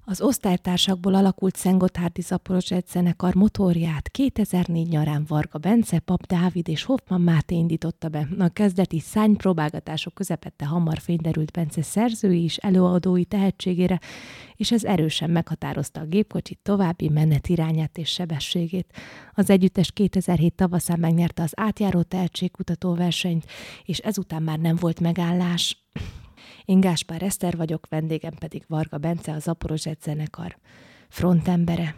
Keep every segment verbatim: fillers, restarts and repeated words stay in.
Az osztálytársakból alakult Szentgotthárdi Zaporozsec zenekar motorját kétezer-négy nyarán Varga Bence, Pap Dávid és Hoffman Máté indította be. A kezdeti szárnypróbálgatások közepette hamar fényderült Bence szerzői és előadói tehetségére, és ez erősen meghatározta a gépkocsi további menetirányát és sebességét. Az együttes kétezer-hét tavaszán megnyerte az átjáró tehetségkutató versenyt, és ezután már nem volt megállás. Én Gáspár Eszter vagyok, vendégem pedig Varga Bence, a Zaporozsec zenekar frontembere.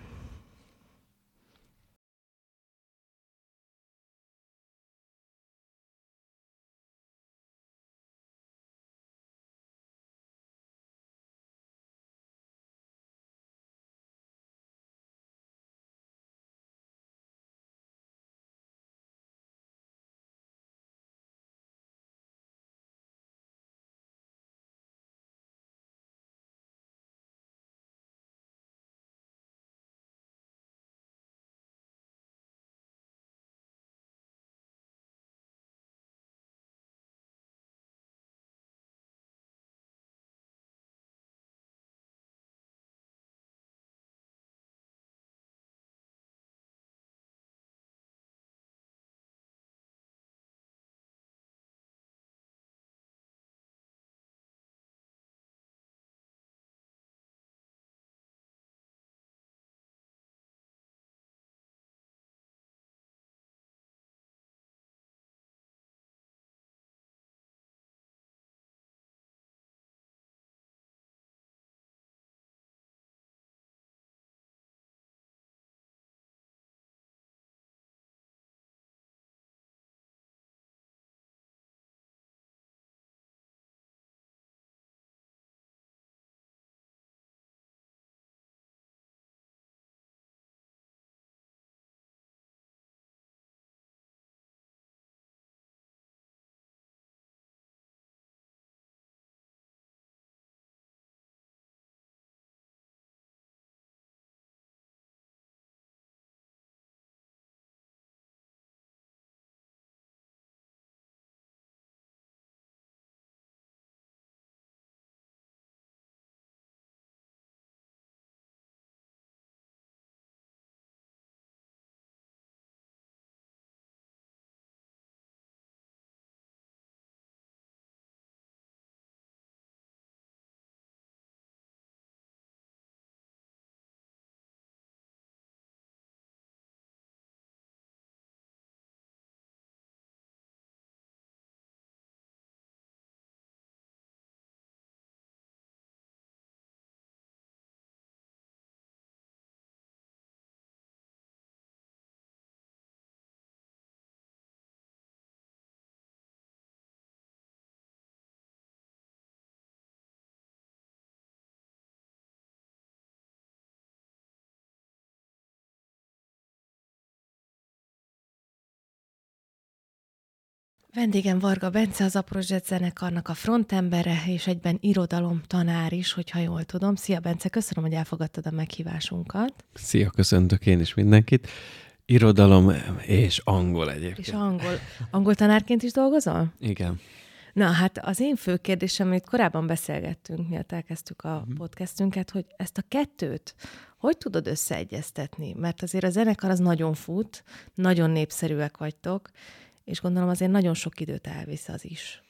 Vendégem Varga Bence, az Zaporozsec zenekarnak a frontembere, és egyben irodalomtanár is, hogyha jól tudom. Szia Bence, köszönöm, hogy elfogadtad a meghívásunkat. Szia, köszöntök én is mindenkit. Irodalom és angol egyébként. És angol. Angol tanárként is dolgozol? Igen. Na hát az én fő kérdésem, amit korábban beszélgettünk, miatt elkezdtük a Mm-hmm. podcastünket, hogy ezt a kettőt hogy tudod összeegyeztetni? Mert azért a zenekar az nagyon fut, nagyon népszerűek vagytok, és gondolom azért nagyon sok időt elvisz az is.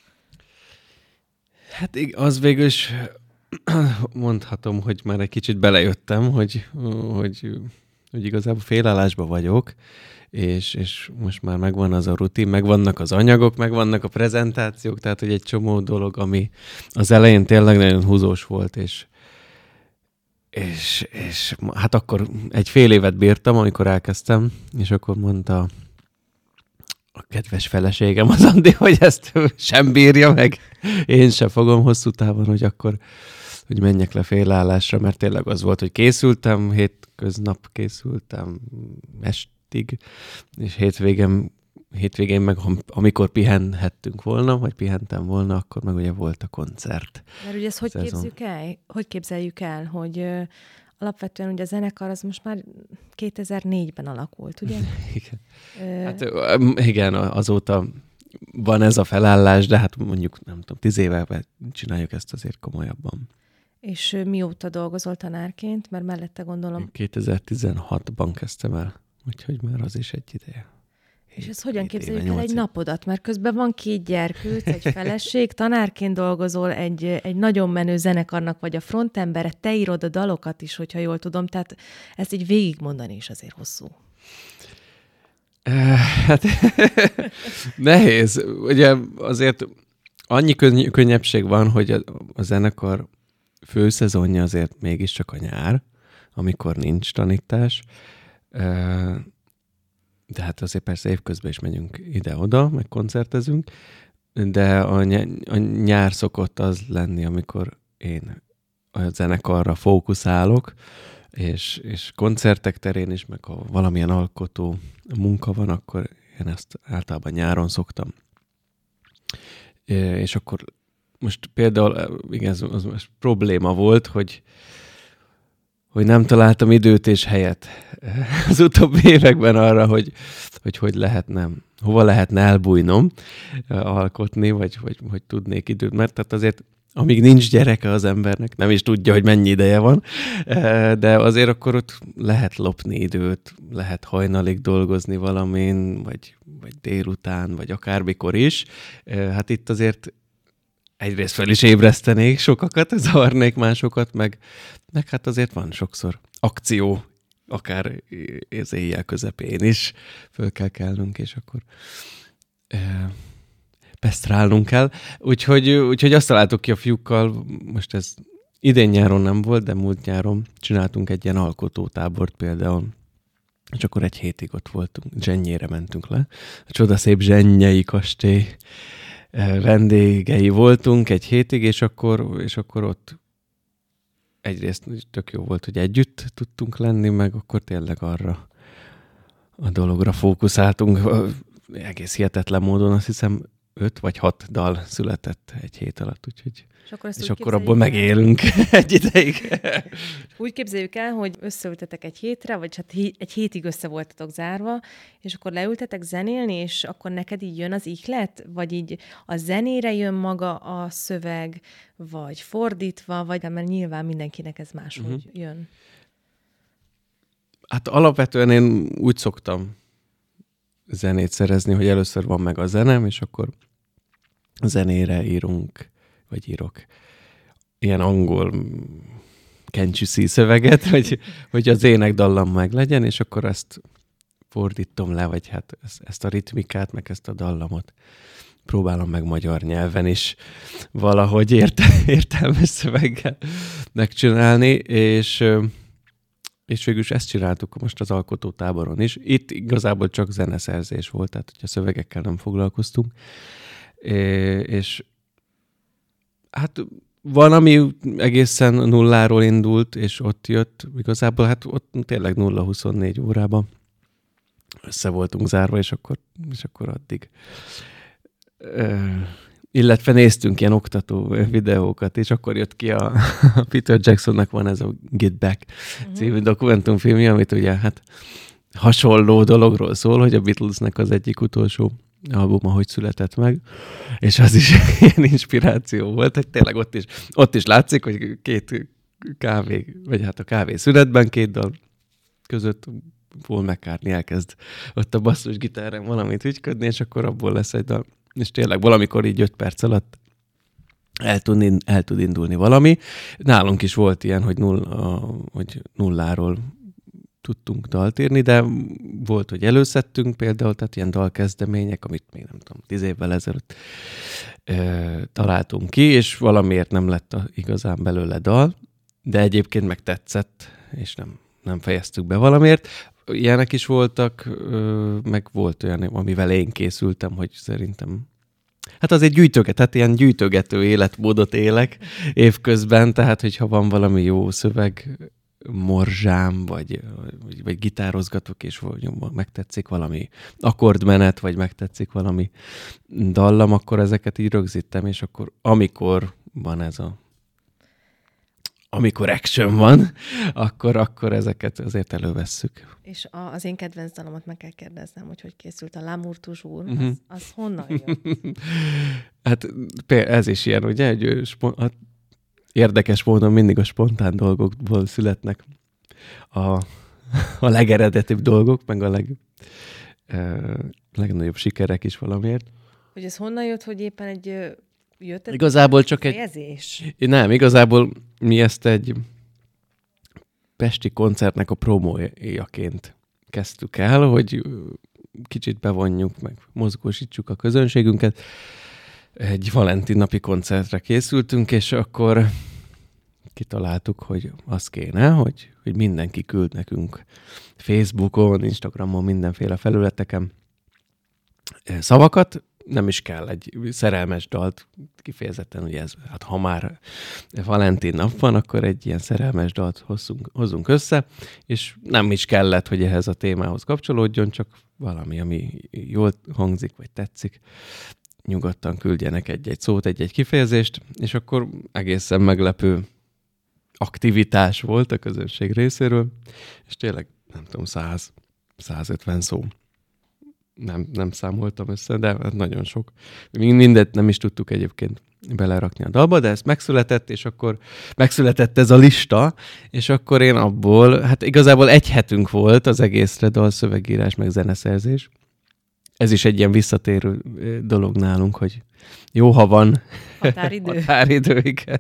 Hát az végül is mondhatom, hogy már egy kicsit belejöttem, hogy, hogy, hogy igazából félállásban vagyok, és, és most már megvan az a rutin, megvannak az anyagok, megvannak a prezentációk, tehát hogy egy csomó dolog, ami az elején tényleg nagyon húzós volt, és, és, és hát akkor egy fél évet bírtam, amikor elkezdtem, és akkor mondta a kedves feleségem az Andi, hogy ezt sem bírja meg, én sem fogom hosszú távon, hogy akkor hogy menjek le félállásra, mert tényleg az volt, hogy készültem, hétköznap készültem estig, és hétvégén, hétvégén meg amikor pihenhettünk volna, vagy pihentem volna, akkor meg ugye volt a koncert. Mert ugye ezt hogy szezon. képzeljük el? Hogy képzeljük el, hogy ö, alapvetően ugye a zenekar az most már kétezer-négyben alakult, ugye? Igen. Ö... Hát igen, azóta van ez a felállás, de hát mondjuk nem tudom, tíz éve csináljuk ezt azért komolyabban. És mióta dolgozol tanárként? Mert mellette gondolom... kétezer-tizenhatban kezdtem el, úgyhogy már az is egy ideje. És ezt hogyan képzeljük el egy napodat? Mert közben van két gyerkőc, egy feleség, tanárként dolgozol, egy, egy nagyon menő zenekarnak vagy a frontembere, te írod a dalokat is, hogyha jól tudom, tehát ezt így végigmondani is azért hosszú. Hát nehéz. Ugye azért annyi könny- könnyebbség van, hogy a, a zenekar főszezonja azért mégiscsak a nyár, amikor nincs tanítás. De hát azért persze évközben is megyünk ide-oda, meg koncertezünk, de a, ny- a nyár szokott az lenni, amikor én a zenekarra fókuszálok, és, és koncertek terén is, meg ha valamilyen alkotó munka van, akkor én ezt általában nyáron szoktam. És akkor most például, igen, az, az, az probléma volt, hogy hogy nem találtam időt és helyet az utóbbi években arra, hogy hogy, hogy lehetne, hova lehetne elbújnom, alkotni, vagy hogy, hogy tudnék időt. Mert tehát azért, amíg nincs gyereke az embernek, nem is tudja, hogy mennyi ideje van, de azért akkor ott lehet lopni időt, lehet hajnalig dolgozni valamin, vagy, vagy délután, vagy akármikor is. Hát itt azért egyrészt fel is ébresztenék sokakat, zavarnék másokat, meg, meg hát azért van sokszor akció, akár az éjjel közepén is föl kell kelnünk, és akkor e, pesztrálnunk kell. Úgyhogy, úgyhogy azt találtuk ki a fiúkkal, most ez idén nyáron nem volt, de múlt nyáron csináltunk egy ilyen alkotótábort például, és akkor egy hétig ott voltunk, Zsennyére mentünk le. A csodaszép zsennyei kastély vendégei voltunk egy hétig, és akkor, és akkor ott egyrészt tök jó volt, hogy együtt tudtunk lenni, meg akkor tényleg arra a dologra fókuszáltunk. Egész hihetetlen módon, azt hiszem öt vagy hat dal született egy hét alatt, úgyhogy és akkor, és akkor abból el. Megélünk egy ideig. Úgy képzeljük el, hogy összeültetek egy hétre, vagy hát egy hétig össze voltatok zárva, és akkor leültetek zenélni, és akkor neked így jön az ihlet? Vagy így a zenére jön maga a szöveg, vagy fordítva, vagy mert nyilván mindenkinek ez máshogy uh-huh. jön. Hát alapvetően én úgy szoktam zenét szerezni, hogy először van meg a zenem, és akkor a zenére írunk, vagy írok ilyen angol kencsüszi szöveget, hogy, hogy az énekdallam meg legyen, és akkor ezt fordítom le, vagy hát ezt, ezt a ritmikát, meg ezt a dallamot próbálom meg magyar nyelven is valahogy érte, értelmes szöveggel megcsinálni, és, és végülis ezt csináltuk most az alkotótáboron is. Itt igazából csak zeneszerzés volt, tehát hogy a szövegekkel nem foglalkoztunk, és hát van, ami egészen nulláról indult, és ott jött, igazából hát ott tényleg nulla huszonnégy órában össze voltunk zárva, és akkor, és akkor addig. Ö, illetve néztünk ilyen oktató videókat, és akkor jött ki a, a Peter Jacksonnak van ez a Get Back uh-huh. című dokumentumfilmje, amit ugye hát hasonló dologról szól, hogy a Beatlesnek az egyik utolsó albuma hogy született meg, és az is ilyen inspiráció volt, hogy tényleg ott is, ott is látszik, hogy két kávé, vagy hát a kávé szünetben két dal között Paul McCartney elkezd ott a basszusgitárán valamit ügyködni, és akkor abból lesz egy dal. És tényleg valamikor így öt perc alatt el tud, el tud indulni valami. Nálunk is volt ilyen, hogy, nulla, hogy nulláról tudtunk dalt írni, de volt, hogy előszedtünk például, tehát ilyen dalkezdemények, amit még nem tudom, tíz évvel ezelőtt ö, találtunk ki, és valamiért nem lett a, igazán belőle dal, de egyébként meg tetszett, és nem, nem fejeztük be valamiért. Ilyenek is voltak, ö, meg volt olyan, amivel én készültem, hogy szerintem hát azért gyűjtöget, tehát ilyen gyűjtögető életmódot élek évközben, tehát hogyha van valami jó szöveg, morzsám, vagy, vagy, vagy gitározgatok, és megtetszik valami akkordmenet, vagy megtetszik valami dallam, akkor ezeket így rögzítem, és akkor amikor van ez a amikor action van, akkor, akkor ezeket azért elővesszük. És a, az én kedvenc dalomat meg kell kérdeznem, hogy hogy készült a L'amour toujours, uh-huh. az, az honnan jön? Hát ez is ilyen, ugye? Egy, érdekes módon mindig a spontán dolgokból születnek a, a legeredetibb dolgok, meg a leg, uh, legnagyobb sikerek is valamiért. Hogy ez honnan jött, hogy éppen egy jött egy igazából csak fejezés? egy... Nem, igazából mi ezt egy pesti koncertnek a promójaként kezdtük el, hogy kicsit bevonjuk, meg mozgósítsuk a közönségünket. Egy Valentin napi koncertre készültünk, és akkor kitaláltuk, hogy az kéne, hogy, hogy mindenki küld nekünk Facebookon, Instagramon, mindenféle felületeken szavakat. Nem is kell egy szerelmes dalt kifejezetten, ugye ez, hát ha már Valentin nap van, akkor egy ilyen szerelmes dalt hozzunk, hozzunk össze, és nem is kellett, hogy ehhez a témához kapcsolódjon, csak valami, ami jól hangzik, vagy tetszik. Nyugodtan küldjenek egy-egy szót, egy-egy kifejezést, és akkor egészen meglepő aktivitás volt a közönség részéről, és tényleg, nem tudom, száz, százötven szó. Nem, nem számoltam össze, de nagyon sok. Mindet nem is tudtuk egyébként belerakni a dalba, de ez megszületett, és akkor megszületett ez a lista, és akkor én abból, hát igazából egy hetünk volt az egészre, dalszövegírás, meg zeneszerzés. Ez is egy ilyen visszatérő dolog nálunk, hogy jó, ha van határidő. határidő, igen.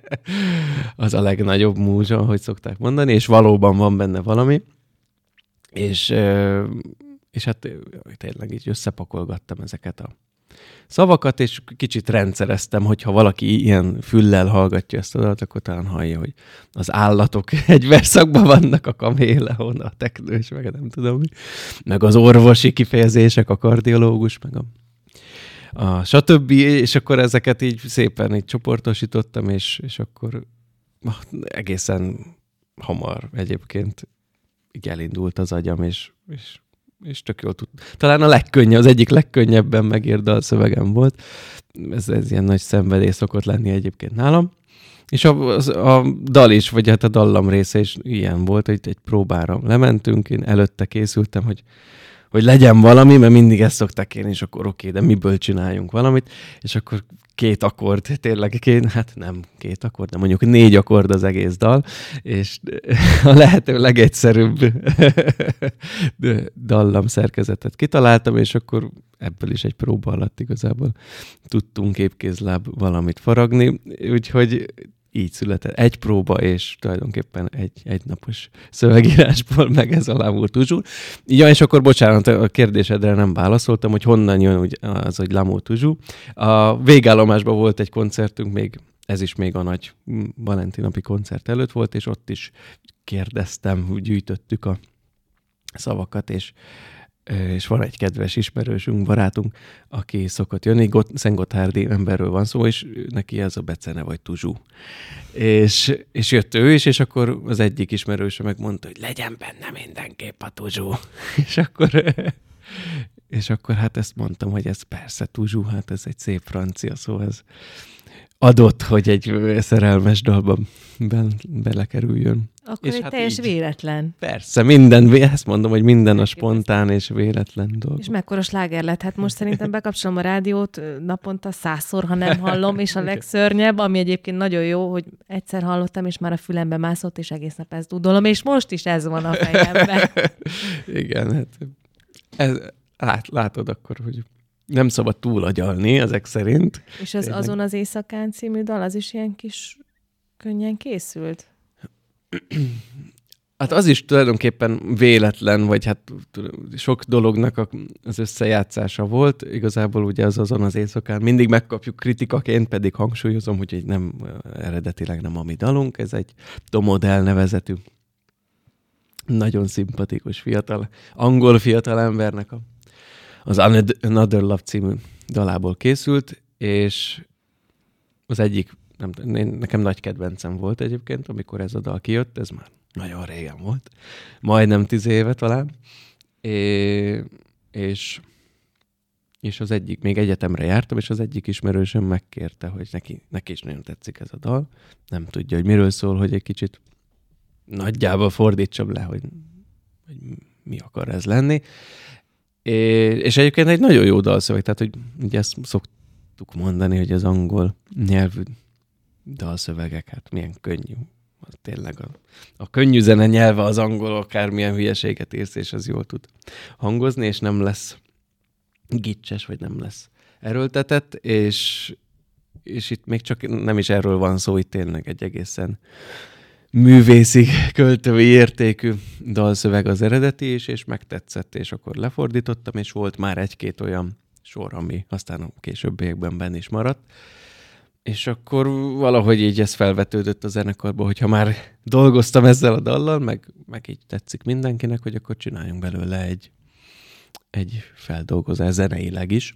Az a legnagyobb múzsa, ahogy szokták mondani, és valóban van benne valami. És, és hát tényleg így összepakolgattam ezeket a szavakat, és kicsit rendszereztem, hogyha valaki ilyen füllel hallgatja ezt a dalat, akkor talán hallja, hogy az állatok egy verszakban vannak, a kaméleon, a teknős, meg nem tudom mi, meg az orvosi kifejezések, a kardiológus, meg a, a stb. És akkor ezeket így szépen így csoportosítottam, és, és akkor egészen hamar egyébként így elindult az agyam, és, és és tök jól tud. Talán a legkönnyebb, az egyik legkönnyebben megírt dalszövegem volt. Ez, ez ilyen nagy szenvedély szokott lenni egyébként nálam. És a, a, a dal is, vagy hát a dallam része is ilyen volt, hogy egy próbára lementünk, én előtte készültem, hogy, hogy legyen valami, mert mindig ezt szokták kérni, és akkor oké, de miből csináljunk valamit, és akkor két akkord, tényleg két, hát nem két akkord, de mondjuk négy akkord az egész dal, és a lehető legegyszerűbb dallam szerkezetet kitaláltam, és akkor ebből is egy próba alatt igazából tudtunk épkézláb valamit faragni, úgyhogy így született egy próba, és tulajdonképpen egy egynapos szövegírásból meg ez a L'amour toujours. Ja, és akkor bocsánat, a kérdésedre nem válaszoltam, hogy honnan jön úgy az, hogy L'amour toujours. A végállomásban volt egy koncertünk, még ez is még a nagy Valentin napi koncert előtt volt, és ott is kérdeztem, gyűjtöttük a szavakat, és és van egy kedves ismerősünk, barátunk, aki szokott jönni, szentgotthárdi emberről van szó, és neki ez a becene vagy Tuzsú. És, és jött ő is, és akkor az egyik ismerőse megmondta, hogy legyen benne mindenképp a Tuzsú. és akkor, és akkor hát ezt mondtam, hogy ez persze Tuzsú, hát ez egy szép francia szó, ez adott, hogy egy szerelmes dalban be, belekerüljön. Akkor és egy hát teljes így, véletlen. Persze, minden, ezt mondom, hogy minden a spontán és véletlen dolog. És mekkora sláger lett? Hát most szerintem bekapcsolom a rádiót naponta százszor, ha nem hallom, és a legszörnyebb, ami egyébként nagyon jó, hogy egyszer hallottam, és már a fülembe mászott, és egész nap ezt dudolom, és most is ez van a fejemben. Igen, hát ez, lát, látod akkor, hogy nem szabad túlagyalni ezek szerint. És az Tényleg. Azon az éjszakán című dal, az is ilyen kis könnyen készült? Hát az is tulajdonképpen véletlen, vagy hát sok dolognak az összejátszása volt. Igazából ugye az azon az éjszakán mindig megkapjuk kritikaként, pedig hangsúlyozom, hogy egy nem eredetileg nem a mi dalunk, ez egy Domodel nevezetű nagyon szimpatikus fiatal, angol fiatal embernek a az Another Love című dalából készült, és az egyik, nem, nekem nagy kedvencem volt egyébként, amikor ez a dal kijött, ez már nagyon régen volt, majdnem tíz éve talán, é, és, és az egyik, még egyetemre jártam, és az egyik ismerősöm megkérte, hogy neki, neki is nagyon tetszik ez a dal, nem tudja, hogy miről szól, hogy egy kicsit nagyjából fordítsam le, hogy, hogy mi akar ez lenni. És egyébként egy nagyon jó dalszöveg, tehát hogy ugye ezt szoktuk mondani, hogy az angol nyelvű dalszövegek, hát milyen könnyű. Tényleg a, a könnyű zene nyelve az angol, akármilyen hülyeséget írsz, és az jól tud hangozni, és nem lesz gicses, vagy nem lesz erőltetett, és, és itt még csak nem is erről van szó, itt tényleg egy egészen művészi, költői értékű dalszöveg az eredeti is, és megtetszett, és akkor lefordítottam, és volt már egy-két olyan sor, ami aztán a későbbiekben benne is maradt. És akkor valahogy így ez felvetődött a zenekarba, hogyha már dolgoztam ezzel a dallal, meg, meg így tetszik mindenkinek, hogy akkor csináljunk belőle egy, egy feldolgozás zeneileg is.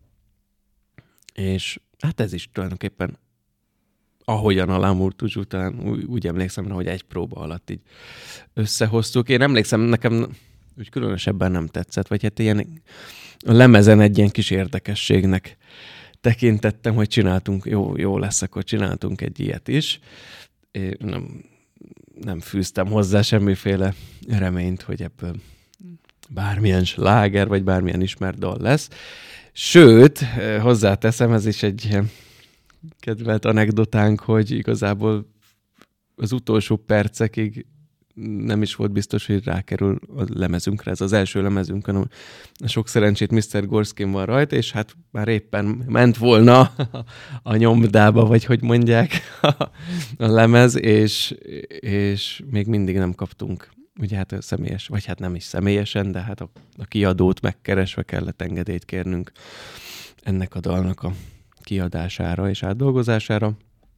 És hát ez is tulajdonképpen ahogyan a L'amour toujours, talán úgy, úgy emlékszem rá, hogy egy próba alatt így összehoztuk. Én emlékszem, nekem úgy különösebben nem tetszett, vagy hát ilyen a lemezen egy ilyen kis érdekességnek tekintettem, hogy csináltunk, jó, jó lesz, akkor csináltunk egy ilyet is. Én nem, nem fűztem hozzá semmiféle reményt, hogy ebből bármilyen sláger, vagy bármilyen ismert dal lesz. Sőt, hozzáteszem, ez is egy kedvelt anekdotánk, hogy igazából az utolsó percekig nem is volt biztos, hogy rákerül a lemezünkre. Ez az első lemezünkön, a Sok szerencsét miszter Gorskin van rajta, és hát már éppen ment volna a nyomdába, vagy hogy mondják, a lemez, és, és még mindig nem kaptunk, ugye hát a személyes, vagy hát nem is személyesen, de hát a, a kiadót megkeresve kellett engedélyt kérnünk ennek a dalnak a kiadására és átdolgozására,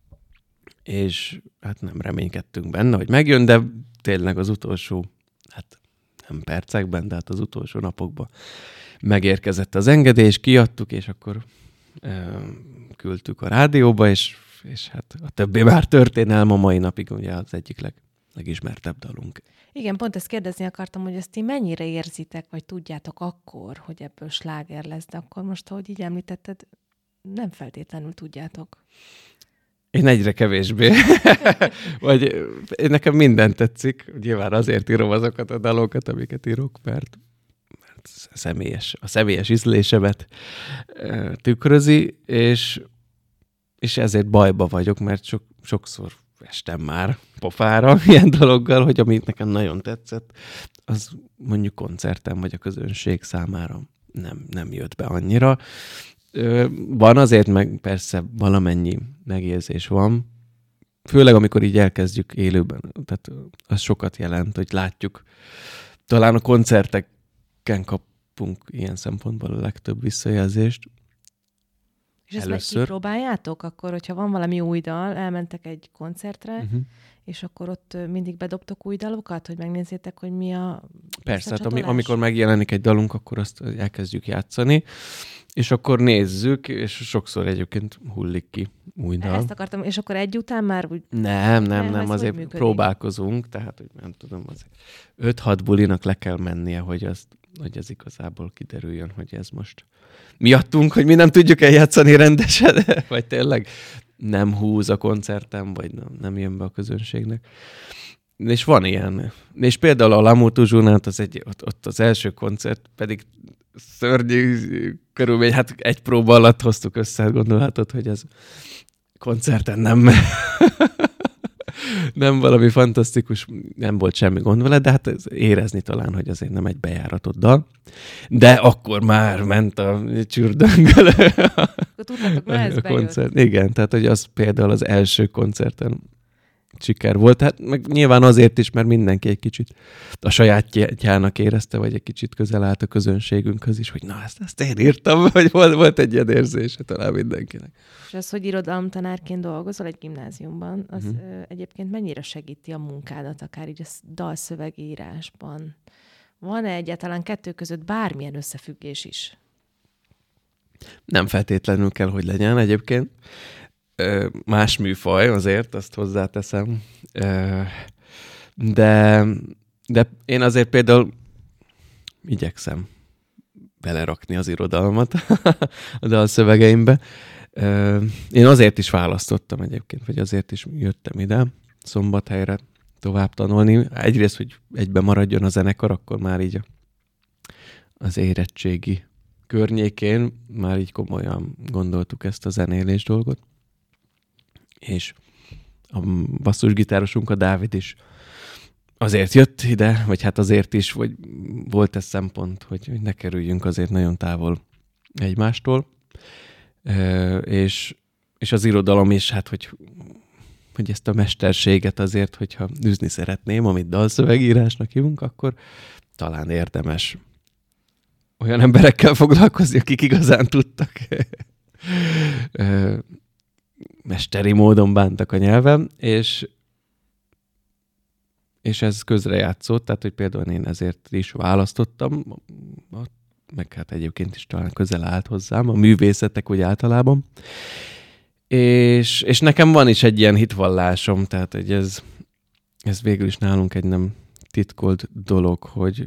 és hát nem reménykedtünk benne, hogy megjön, de tényleg az utolsó, hát nem percekben, de hát az utolsó napokban megérkezett az engedély, és kiadtuk, és akkor e, küldtük a rádióba, és, és hát a többi már történelm a mai napig, ugye az egyik leg, legismertebb dalunk. Igen, pont ezt kérdezni akartam, hogy ezt ti mennyire érzitek, vagy tudjátok akkor, hogy ebből sláger lesz, de akkor most, ahogy így említetted, nem feltétlenül tudjátok. Én egyre kevésbé. Vagy én nekem minden tetszik. Nyilván azért írom azokat a dalokat, amiket írok, mert, mert személyes, a személyes ízlésemet tükrözi, és, és ezért bajba vagyok, mert sok, sokszor estem már pofára ilyen dologgal, hogy amit nekem nagyon tetszett, az mondjuk koncerten vagy a közönség számára nem, nem jött be annyira. Van azért, meg persze valamennyi megérzés van, főleg amikor így elkezdjük élőben, tehát az sokat jelent, hogy látjuk. Talán a koncerteken kapunk ilyen szempontból a legtöbb visszajelzést. És ezt meg kipróbáljátok? Akkor, hogyha van valami új dal, elmentek egy koncertre, uh-huh. és akkor ott mindig bedobtok új dalokat, hogy megnézzétek, hogy mi a Persze, hát ami, amikor megjelenik egy dalunk, akkor azt elkezdjük játszani, és akkor nézzük, és sokszor egyébként hullik ki új dal. Ezt akartam, és akkor egy után már úgy... Nem, nem, nem, azért próbálkozunk, tehát, hogy nem tudom, azért öt-hat bulinak le kell mennie, hogy, az, hogy ez igazából kiderüljön, hogy ez most miattunk, hogy mi nem tudjuk eljátszani rendesen, vagy tényleg nem húz a koncerten, vagy nem, nem jön be a közönségnek. És van ilyen. És például a L'amour toujours-nál az egy, ott, ott az első koncert pedig szörnyű körülmény, hát egy próba alatt hoztuk össze, gondolhatod, hogy ez koncerten nem nem valami fantasztikus, nem volt semmi gond vele, de hát érezni talán, hogy azért nem egy bejáratott dal. De akkor már ment a csürdöngöl a koncert. Igen, tehát hogy az például az első koncerten siker volt. Hát meg nyilván azért is, mert mindenki egy kicsit a sajátjának érezte, vagy egy kicsit közel állt a közönségünkhöz is, hogy na, ezt, ezt én írtam, vagy volt, volt egy ilyen érzése talán mindenkinek. És az, hogy irodalomtanárként dolgozol egy gimnáziumban, az mm. ö, egyébként mennyire segíti a munkádat, akár így a dalszövegírásban? Van-e egyáltalán kettő között bármilyen összefüggés is? Nem feltétlenül kell, hogy legyen egyébként. Más műfaj azért, azt hozzáteszem. De, de én azért például igyekszem belerakni az irodalmat a dalszövegeimbe. Én azért is választottam egyébként, vagy azért is jöttem ide Szombathelyre tovább tanulni. Egyrészt, hogy egybe maradjon a zenekar, akkor már így az érettségi környékén már így komolyan gondoltuk ezt a zenélés dolgot. és a basszusgitárosunk, a Dávid is azért jött ide, vagy hát azért is, vagy volt ez szempont, hogy, hogy ne kerüljünk azért nagyon távol egymástól. E, és, és az irodalom is, hát, hogy, hogy ezt a mesterséget azért, hogyha űzni szeretném, amit dalszövegírásnak hívunk, akkor talán érdemes olyan emberekkel foglalkozni, akik igazán tudtak. e, mesteri módon bántak a nyelvem, és És ez közrejátszott, tehát, hogy például én ezért is választottam, meg hát egyébként is talán közel állt hozzám, a művészetek úgy általában. És, és nekem van is egy ilyen hitvallásom, tehát hogy ez, ez végül is nálunk egy nem titkolt dolog, hogy,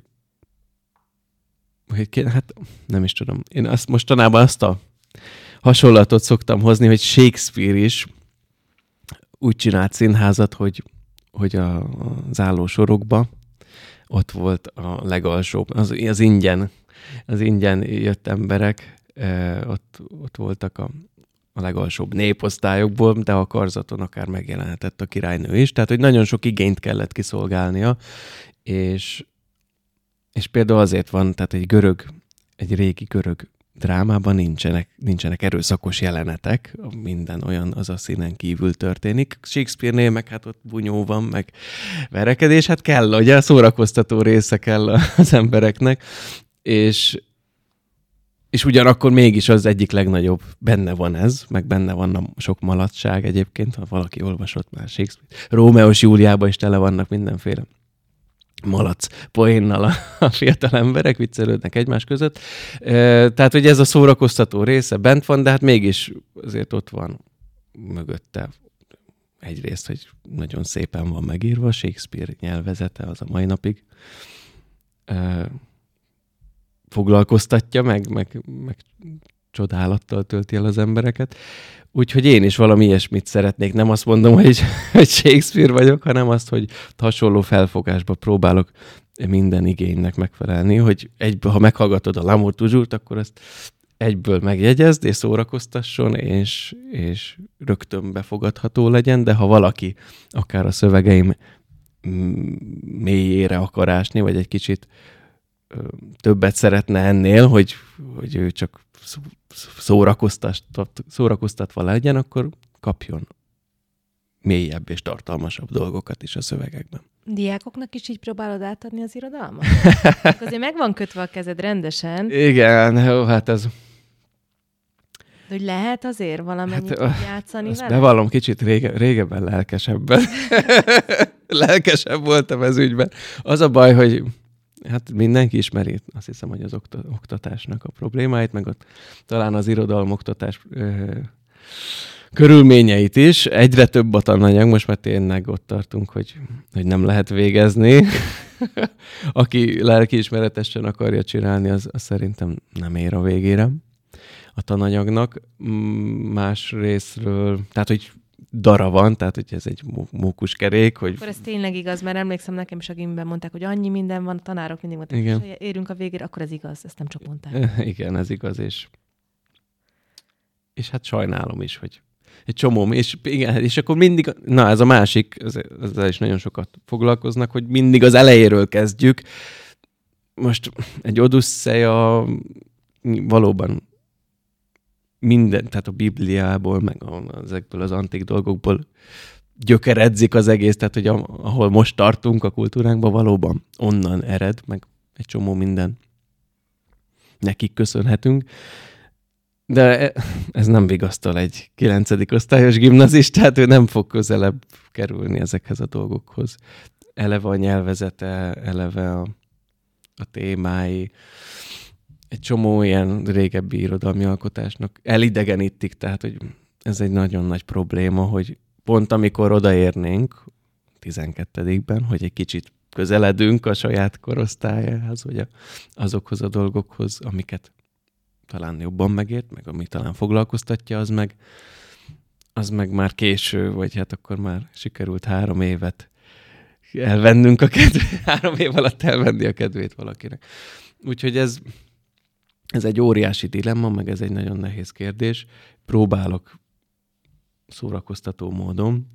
hogy hát nem is tudom, én azt mostanában azt a hasonlatot szoktam hozni, hogy Shakespeare is úgy csinált színházat, hogy hogy a, az állósorokba ott volt a legalsóbb, az, az ingyen, az ingyen jött emberek, e, ott, ott voltak a, a legalsóbb néposztályokból, de a karzaton akár megjelenhetett a királynő is, tehát hogy nagyon sok igényt kellett kiszolgálnia, és, és például azért van, tehát egy görög, egy régi görög drámában nincsenek, nincsenek erőszakos jelenetek, minden olyan az a színen kívül történik. Shakespeare-nél meg hát ott bunyó van, meg verekedés, hát kell, ugye a szórakoztató része kell az embereknek, és, és ugyanakkor mégis az egyik legnagyobb, benne van ez, meg benne van a sok maladság egyébként, ha valaki olvasott már Shakespeare. Rómeós Júliában is tele vannak mindenféle malac poénnal a, a fiatal emberek, viccelődnek egymás között. E, tehát, hogy ez a szórakoztató része bent van, de hát mégis azért ott van mögötte egyrészt, hogy nagyon szépen van megírva, Shakespeare nyelvezete az a mai napig e, foglalkoztatja, meg, meg, meg csodálattal tölti el az embereket. Úgyhogy én is valami ilyesmit szeretnék. Nem azt mondom, hogy, hogy Shakespeare vagyok, hanem azt, hogy hasonló felfogásba próbálok minden igénynek megfelelni, hogy egyből, ha meghallgatod a L'amour toujours, akkor ezt egyből megjegyezd, és szórakoztasson, és, és rögtön befogadható legyen, de ha valaki akár a szövegeim mélyére akar ásni, vagy egy kicsit többet szeretne ennél, hogy, hogy ő csak szórakoztatva legyen, akkor kapjon mélyebb és tartalmasabb dolgokat is a szövegekben. Diákoknak is így próbálod átadni az irodalmat? Azért meg van kötve a kezed rendesen. Igen, jó, hát ez... De hogy lehet azért valamennyit hát, játszani vele? Bevallom, kicsit rége, régebben lelkesebben. Lelkesebb voltam ez ügyben. Az a baj, hogy hát mindenki ismeri, azt hiszem, hogy az oktatásnak a problémáit, meg ott talán az irodalom oktatás ö, körülményeit is. Egyre több a tananyag, most már tényleg ott tartunk, hogy, hogy nem lehet végezni. Aki lelkiismeretesen akarja csinálni, az, az szerintem nem ér a végére a tananyagnak. Más részről, tehát, hogy dara van, tehát hogy ez egy mókuskerék, hogy... Akkor ez tényleg igaz, mert emlékszem, nekem is a gimben mondták, hogy annyi minden van, a tanárok mindig mondták, igen. hogy érünk a végére, akkor ez igaz, ezt nem csak mondták. Igen, ez igaz, és, és hát sajnálom is, hogy egy csomó, és, igen, és akkor mindig, na ez a másik, ezzel is nagyon sokat foglalkoznak, hogy mindig az elejéről kezdjük. Most egy Odüsszeia valóban minden, tehát a Bibliából, meg ezekből az antik dolgokból gyökeredzik az egész, tehát hogy ahol most tartunk a kultúránkban, valóban onnan ered, meg egy csomó minden nekik köszönhetünk. De ez nem vigasztal egy kilencedik osztályos gimnazist, tehát ő nem fog közelebb kerülni ezekhez a dolgokhoz. Eleve a nyelvezete, eleve a, a témái, egy csomó ilyen régebbi irodalmi alkotásnak elidegenítik, tehát hogy ez egy nagyon nagy probléma, hogy pont amikor odaérnénk tizenkettedikben, hogy egy kicsit közeledünk a saját korosztályához, vagy a, azokhoz a dolgokhoz, amiket talán jobban megért, meg ami talán foglalkoztatja, az meg, az meg már késő, vagy hát akkor már sikerült három évet elvennünk a kedvét, három év alatt elvenni a kedvét valakinek. Úgyhogy ez Ez egy óriási dilemma, meg ez egy nagyon nehéz kérdés. Próbálok szórakoztató módon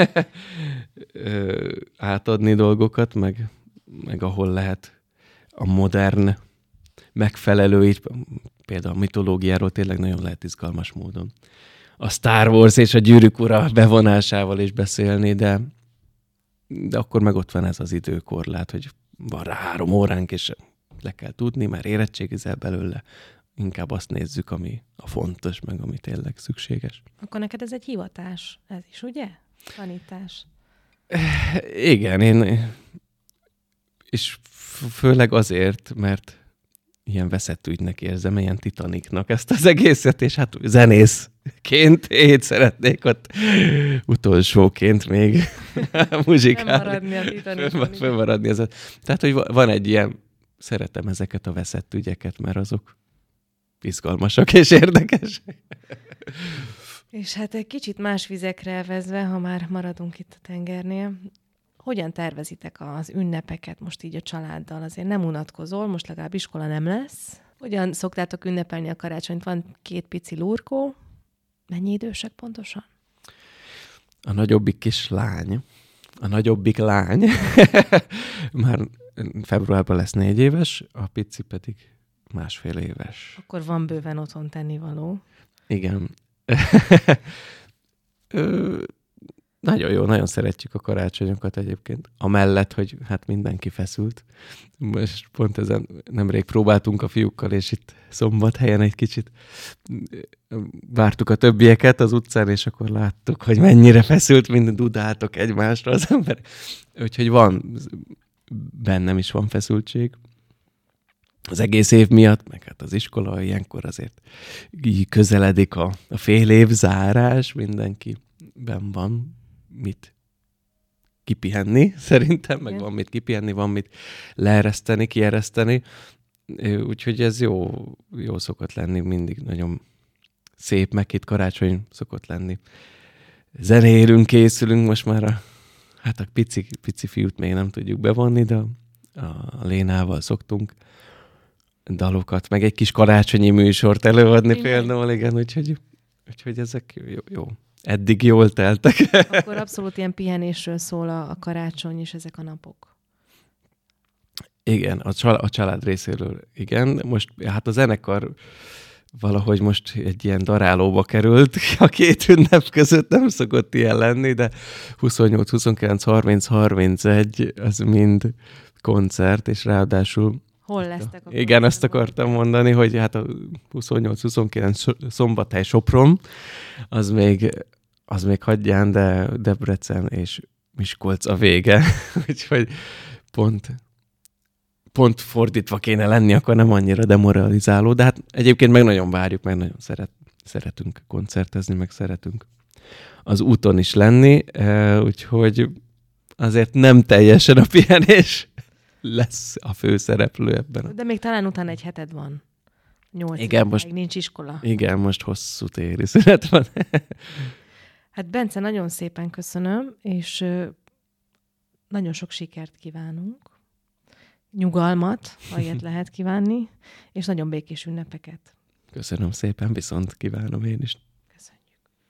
átadni dolgokat, meg, meg ahol lehet a modern megfelelő, így például a mitológiáról tényleg nagyon lehet izgalmas módon a Star Wars és a Gyűrűk ura bevonásával is beszélni, de, de akkor meg ott van ez az időkorlát, hogy van rá három óránk, és le kell tudni, mert érettségizel belőle. Inkább azt nézzük, ami a fontos, meg ami tényleg szükséges. Akkor neked ez egy hivatás, ez is, ugye? Tanítás. Igen, én... És főleg azért, mert ilyen veszett ügynek érzem, ilyen Titanicnak ezt az egészet, és hát zenészként én szeretnék ott utolsóként még muzsikálni. Nem maradni a Titanicon. Fölmaradni. Ez a... Tehát, hogy van egy ilyen, szeretem ezeket a veszett ügyeket, mert azok izgalmasak és érdekesek. És hát egy kicsit más vizekre elvezve, ha már maradunk itt a tengernél, hogyan tervezitek az ünnepeket most így a családdal? Azért nem unatkozol, most legalább iskola nem lesz. Hogyan szoktátok ünnepelni a karácsonyt? Van két pici lurkó. Mennyi idősek pontosan? A nagyobbik kis lány. A nagyobbik lány. Már februárban lesz négy éves, a pici pedig másfél éves. Akkor van bőven otthon tennivaló. Igen. Ö, nagyon jó, nagyon szeretjük a karácsonyokat egyébként. Amellett, hogy hát mindenki feszült. Most pont ezen nemrég próbáltunk a fiúkkal, és itt Szombathelyen egy kicsit vártuk a többieket az utcán, és akkor láttuk, hogy mennyire feszült, minden dudáltok egymásra az ember. Úgyhogy van, bennem is van feszültség. Az egész év miatt, meg hát az iskola ilyenkor azért így közeledik a, a fél év zárás, mindenkiben van mit kipihenni, szerintem, meg van mit kipihenni, van mit leereszteni, kiereszteni, úgyhogy ez jó, jó szokott lenni, mindig nagyon szép, meg itt karácsony szokott lenni. Zenélünk, készülünk, most már a, hát a pici, pici fiút még nem tudjuk bevonni, de a Lénával szoktunk dalokat, meg egy kis karácsonyi műsort előadni igen. Például, igen, úgyhogy, úgyhogy ezek jó, jó. Eddig jól teltek. Akkor abszolút ilyen pihenésről szól a, a karácsony és ezek a napok. Igen, a, csal- a család részéről igen. Most hát a zenekar valahogy most egy ilyen darálóba került. A két ünnep között nem szokott ilyen lenni, de huszonnyolc, huszonkilenc, harminc, harmincegy az mind koncert, és ráadásul hol lesztek? Igen, azt akartam mondani, hogy hát a huszonnyolc, huszonkilenc Szombathely Sopron, az még, az még hagyján, de Debrecen és Miskolc a vége. Úgyhogy pont, pont fordítva kéne lenni, akkor nem annyira demoralizáló, de hát egyébként meg nagyon várjuk, meg nagyon szeret, szeretünk koncertezni, meg szeretünk az úton is lenni, úgyhogy azért nem teljesen a pihenés lesz a főszereplő ebben. De még talán utána egy heted van. Nyolc igen, most nincs iskola. Igen, most hosszú téli szünet van. Hát Bence, nagyon szépen köszönöm, és nagyon sok sikert kívánunk. Nyugalmat, ha ilyet lehet kívánni, és nagyon békés ünnepeket. Köszönöm szépen, viszont kívánom én is.